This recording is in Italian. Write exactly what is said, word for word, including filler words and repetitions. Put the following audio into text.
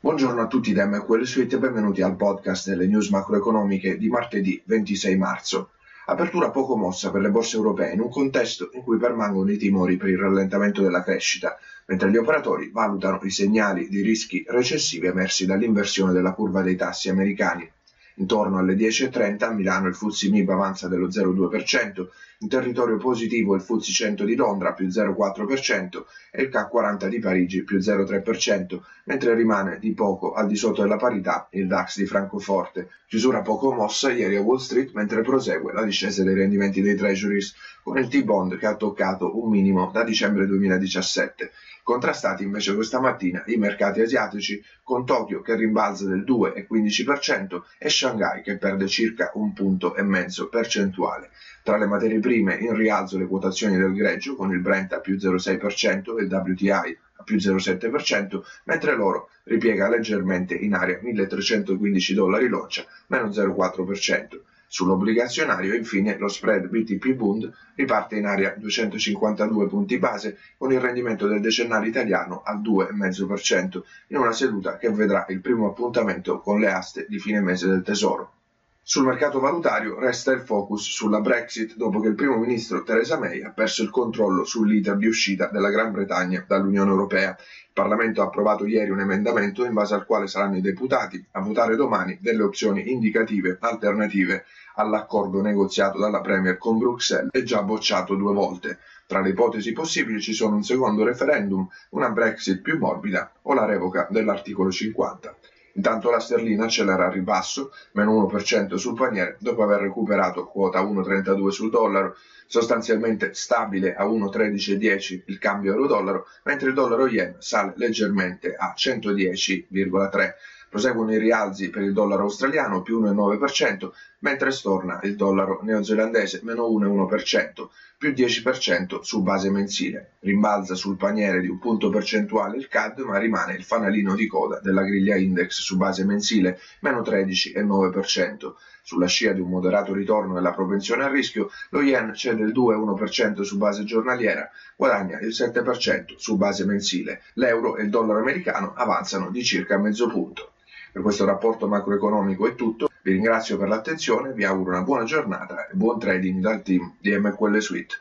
Buongiorno a tutti da M Q L Suite e benvenuti al podcast delle news macroeconomiche di martedì ventisei marzo. Apertura poco mossa per le borse europee in un contesto in cui permangono i timori per il rallentamento della crescita, mentre gli operatori valutano i segnali di rischi recessivi emersi dall'inversione della curva dei tassi americani. Intorno alle dieci e trenta a Milano il FTSE M I B avanza dello zero virgola due per cento, in territorio positivo il FTSE cento di Londra più zero virgola quattro per cento e il C A C quaranta di Parigi più zero virgola tre per cento, mentre rimane di poco al di sotto della parità il DAX di Francoforte. Chiusura poco mossa ieri a Wall Street mentre prosegue la discesa dei rendimenti dei treasuries, con il T-Bond che ha toccato un minimo da dicembre duemiladiciassette. Contrastati invece questa mattina i mercati asiatici, con Tokyo che rimbalza del due virgola quindici per cento e Shanghai che perde circa un punto e mezzo percentuale. Tra le materie prime in rialzo le quotazioni del greggio, con il Brent a più zero virgola sei per cento e il W T I a più zero virgola sette per cento, mentre l'oro ripiega leggermente in area milletrecentoquindici dollari l'oncia, meno zero virgola quattro per cento. Sull'obbligazionario, infine, lo spread B T P Bund riparte in area duecentocinquantadue punti base, con il rendimento del decennale italiano al due virgola cinque per cento, in una seduta che vedrà il primo appuntamento con le aste di fine mese del Tesoro. Sul mercato valutario resta il focus sulla Brexit dopo che il primo ministro Theresa May ha perso il controllo sull'iter di uscita della Gran Bretagna dall'Unione Europea. Il Parlamento ha approvato ieri un emendamento in base al quale saranno i deputati a votare domani delle opzioni indicative alternative all'accordo negoziato dalla Premier con Bruxelles e già bocciato due volte. Tra le ipotesi possibili ci sono un secondo referendum, una Brexit più morbida o la revoca dell'articolo cinquanta. Intanto la sterlina accelera al ribasso, meno uno per cento sul paniere, dopo aver recuperato quota uno virgola trentadue sul dollaro, sostanzialmente stabile a uno virgola tredici dieci il cambio euro-dollaro, mentre il dollaro yen sale leggermente a centodieci virgola tre. Proseguono i rialzi per il dollaro australiano, più uno virgola nove per cento, mentre storna il dollaro neozelandese, meno uno virgola uno per cento, più dieci per cento su base mensile. Rimbalza sul paniere di un punto percentuale il C A D, ma rimane il fanalino di coda della griglia index su base mensile, meno tredici virgola nove per cento. Sulla scia di un moderato ritorno nella propensione al rischio, lo yen cede il due virgola uno per cento su base giornaliera, guadagna il sette per cento su base mensile. L'euro e il dollaro americano avanzano di circa mezzo punto. Per questo rapporto macroeconomico è tutto, vi ringrazio per l'attenzione, vi auguro una buona giornata e buon trading dal team di M Q L Suite.